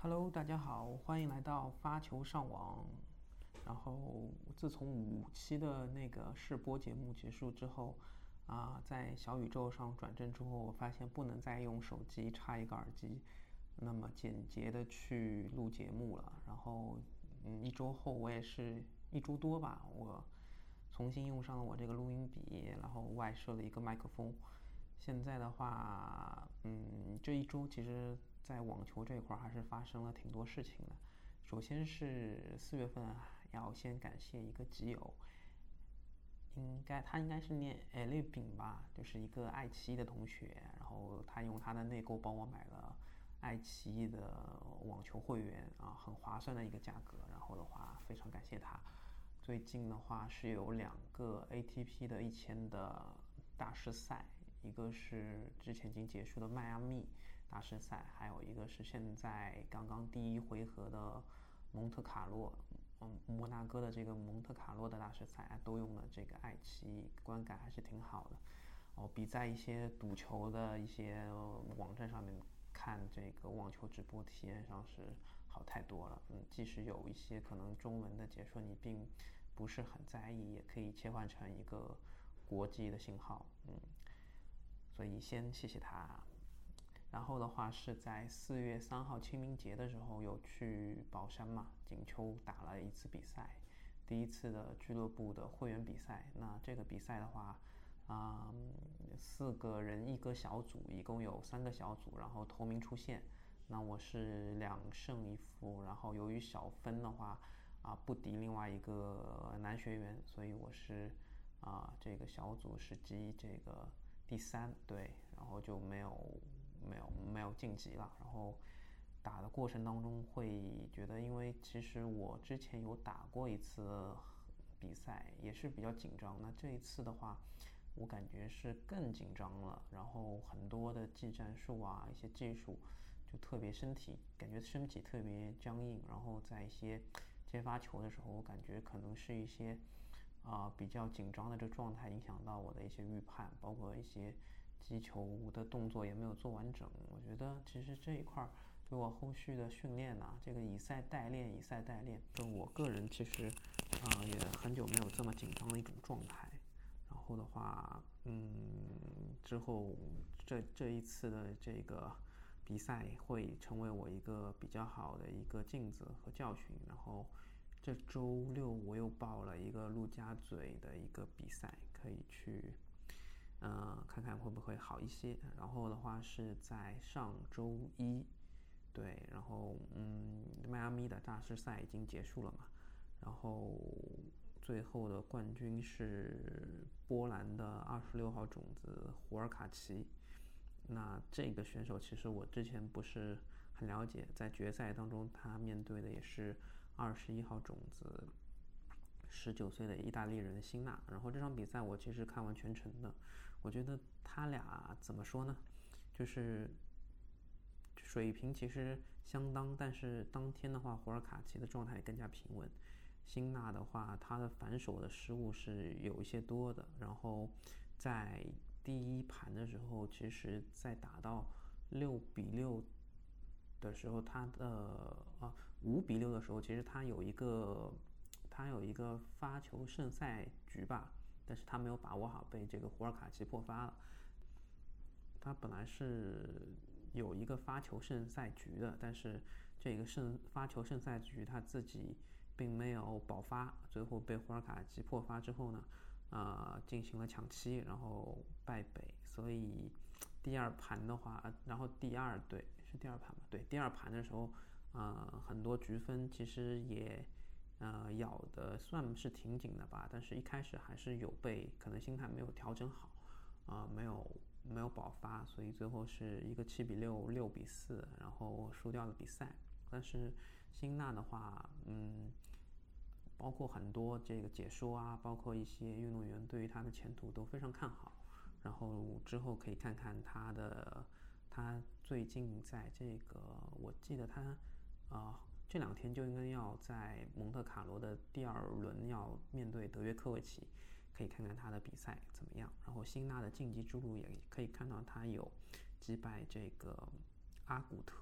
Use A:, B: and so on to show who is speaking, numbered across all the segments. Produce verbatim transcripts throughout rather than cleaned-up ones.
A: Hello，大家好，欢迎来到发球上网。然后，自从五期的那个试播节目结束之后，啊、在小宇宙上转正之后，我发现不能再用手机插一个耳机，那么简洁的去录节目了。然后，嗯，一周后我也是一周多吧，我重新用上了我这个录音笔，然后外设了一个麦克风。现在的话，嗯，这一周其实，在网球这一块还是发生了挺多事情的。首先是四月份啊，要先感谢一个基友，应该他应该是念 L 饼吧，就是一个爱奇艺的同学，然后他用他的内购帮我买了爱奇艺的网球会员啊，很划算的一个价格。然后的话，非常感谢他。最近的话是有两个 A T P 的一千的大师赛，一个是之前已经结束的迈阿密大师赛，还有一个是现在刚刚第一回合的蒙特卡洛，嗯，摩纳哥的这个蒙特卡洛的大师赛都用了这个爱奇艺，观感还是挺好的。哦，比在一些赌球的一些网站上面看这个网球直播体验上是好太多了。嗯，即使有一些可能中文的解说你并不是很在意，也可以切换成一个国际的信号。嗯，所以先谢谢他。然后的话是在四月三号清明节的时候有去宝山嘛，锦秋打了一次比赛，第一次的俱乐部的会员比赛。那这个比赛的话，啊、嗯，四个人一个小组，一共有三个小组，然后头名出现。那我是两胜一负，然后由于小分的话，啊不敌另外一个男学员，所以我是啊这个小组是积这个第三，对，然后就没有没有没有晋级了。然后打的过程当中会觉得，因为其实我之前有打过一次比赛，也是比较紧张。那这一次的话，我感觉是更紧张了，然后很多的技战术啊，一些技术就特别身体感觉身体特别僵硬，然后在一些接发球的时候，我感觉可能是一些啊、呃、比较紧张的这个状态影响到我的一些预判，包括一些击球的动作也没有做完整。我觉得其实这一块对我后续的训练呐、啊，这个以赛代练，以赛代练，就我个人其实啊、呃、也很久没有这么紧张的一种状态。然后的话，嗯，之后这这一次的这个比赛会成为我一个比较好的一个镜子和教训。然后这周六我又报了一个陆家嘴的一个比赛，可以去，呃，看看会不会好一些。然后的话是在上周一，对，然后嗯，迈阿密的大师赛已经结束了嘛，然后最后的冠军是波兰的二十六号种子胡尔卡奇。那这个选手其实我之前不是很了解，在决赛当中他面对的也是二十一号种子十九岁的意大利人辛纳。然后这场比赛我其实看完全程的，我觉得他俩怎么说呢，就是水平其实相当，但是当天的话，胡尔卡奇的状态更加平稳。辛纳的话，他的反手的失误是有一些多的。然后在第一盘的时候，其实在打到六比六的时候，他的啊五比六的时候，其实他有一个他有一个发球胜赛局吧，但是他没有把握好，被这个胡尔卡奇破发了。他本来是有一个发球胜赛局的，但是这个胜发球胜赛局他自己并没有保发，最后被胡尔卡奇破发之后呢，呃，进行了抢七，然后败北。所以第二盘的话，然后第二对是第二盘吧？对，第二盘的时候，呃，很多局分其实也呃咬的算是挺紧的吧，但是一开始还是有被可能心态没有调整好。啊、呃，没有没有爆发，所以最后是一个七比六、六比四，然后输掉了比赛。但是辛纳的话，嗯，包括很多这个解说啊，包括一些运动员对于他的前途都非常看好。然后之后可以看看他的，他最近在这个，我记得他啊、呃、这两天就应该要在蒙特卡罗的第二轮要面对德约科维奇。可以看看他的比赛怎么样。然后辛纳的晋级之路也可以看到他有击败这个阿古特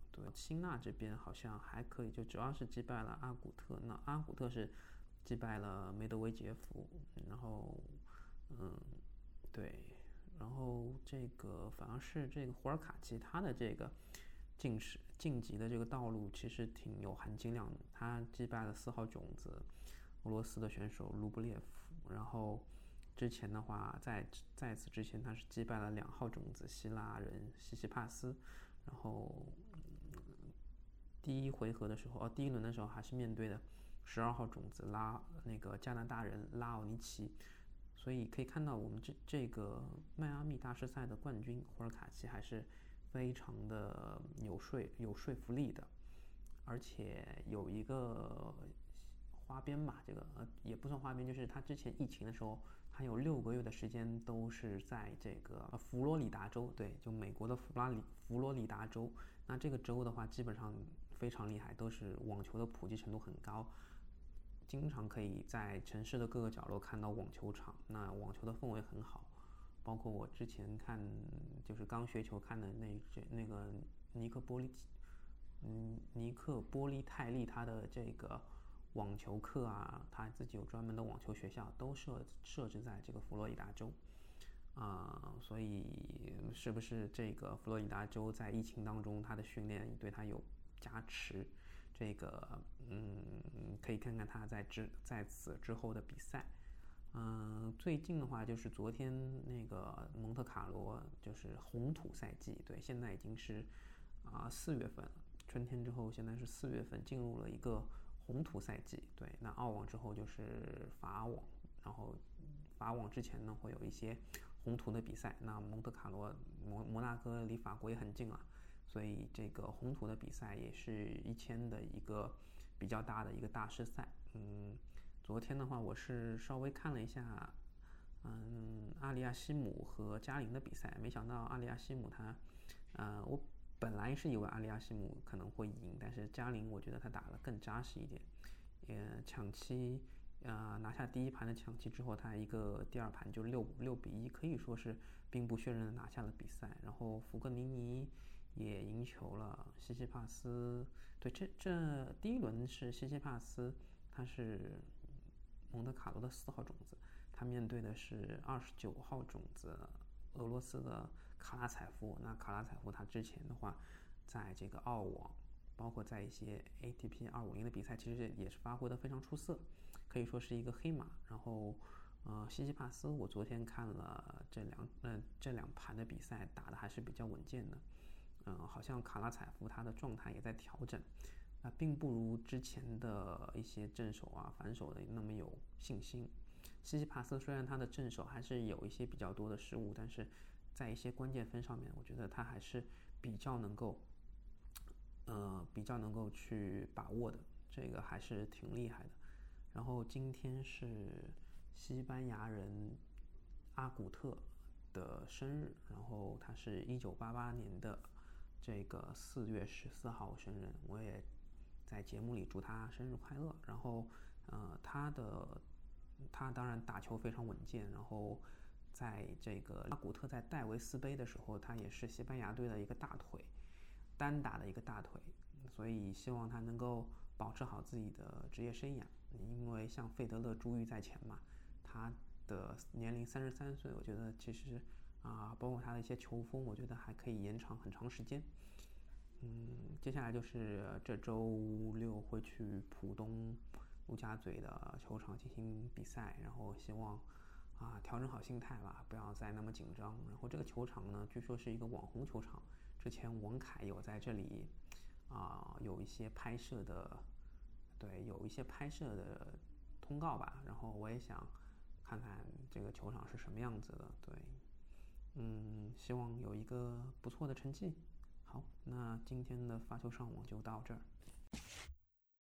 A: 对，辛纳这边好像还可以，就主要是击败了阿古特。那阿古特是击败了梅德韦杰夫，然后嗯，对，然后这个反而是这个胡尔卡奇他的这个晋级晋级的这个道路其实挺有含金量的。他击败了四号种子俄罗斯的选手卢布列夫，然后之前的话，在在此之前他是击败了两号种子希腊人西西帕斯，然后、嗯、第一回合的时候，哦，第一轮的时候还是面对的十二号种子拉那个加拿大人拉奥尼奇，所以可以看到我们这这个迈阿密大师赛的冠军胡尔卡奇还是非常的有说有说服力的，而且有一个花边吧，这个呃也不算花边，就是他之前疫情的时候，他有六个月的时间都是在这个佛罗里达州，对，就美国的佛拉里佛罗里达州。那这个州的话，基本上非常厉害，都是网球的普及程度很高，经常可以在城市的各个角落看到网球场。那网球的氛围很好，包括我之前看就是刚学球看的那这那个尼克波利，嗯，尼克波利泰利他的这个网球课啊，他自己有专门的网球学校，都设设置在这个佛罗里达州啊、呃，所以是不是这个佛罗里达州在疫情当中他的训练对他有加持？这个嗯，可以看看他在之在此之后的比赛。嗯、呃，最近的话就是昨天那个蒙特卡罗就是红土赛季，对，现在已经是啊四、呃、月份了，春天之后现在是四月份，进入了一个红土赛季。对，那澳网之后就是法网，然后法网之前呢会有一些红土的比赛。那蒙特卡罗摩摩纳哥离法国也很近了，所以这个红土的比赛也是一千的一个比较大的一个大师赛。嗯，昨天的话我是稍微看了一下，嗯，阿里亚西姆和加林的比赛，没想到阿里亚西姆他，呃，我本来是以为阿里亚西姆可能会赢，但是加林我觉得他打得更扎实一点，也抢七，呃，拿下第一盘的抢七之后，他一个第二盘就六六比一，可以说是兵不血刃的拿下了比赛。然后福格尼尼也赢球了，西西帕斯，对，这这第一轮是西西帕斯，他是蒙特卡罗的四号种子，他面对的是二十九号种子俄罗斯的卡拉采夫。那卡拉采夫他之前的话，在这个澳网，包括在一些 A T P 二五零的比赛，其实也是发挥的非常出色，可以说是一个黑马。然后，呃，西西帕斯，我昨天看了这两呃这两盘的比赛，打的还是比较稳健的。嗯、呃，好像卡拉采夫他的状态也在调整，啊、呃，并不如之前的一些正手啊、反手的那么有信心。西西帕斯虽然他的正手还是有一些比较多的失误，但是在一些关键分上面，我觉得他还是比较能够，呃，比较能够去把握的，这个还是挺厉害的。然后今天是西班牙人阿古特的生日，然后他是一九八八年的这个四月十四号生日，我也在节目里祝他生日快乐。然后，呃，他的他当然打球非常稳健，然后在这个阿古特在戴维斯杯的时候，他也是西班牙队的一个大腿，单打的一个大腿，所以希望他能够保持好自己的职业生涯。因为像费德勒珠玉在前嘛，他的年龄三十三岁，我觉得其实啊，包括他的一些球风，我觉得还可以延长很长时间。嗯，接下来就是这周六会去浦东陆家嘴的球场进行比赛，然后希望啊调整好心态吧，不要再那么紧张。然后这个球场呢，据说是一个网红球场，之前王凯有在这里啊有一些拍摄的，对，有一些拍摄的通告吧。然后我也想看看这个球场是什么样子的，对，嗯，希望有一个不错的成绩。好，那今天的发球上网就到这儿。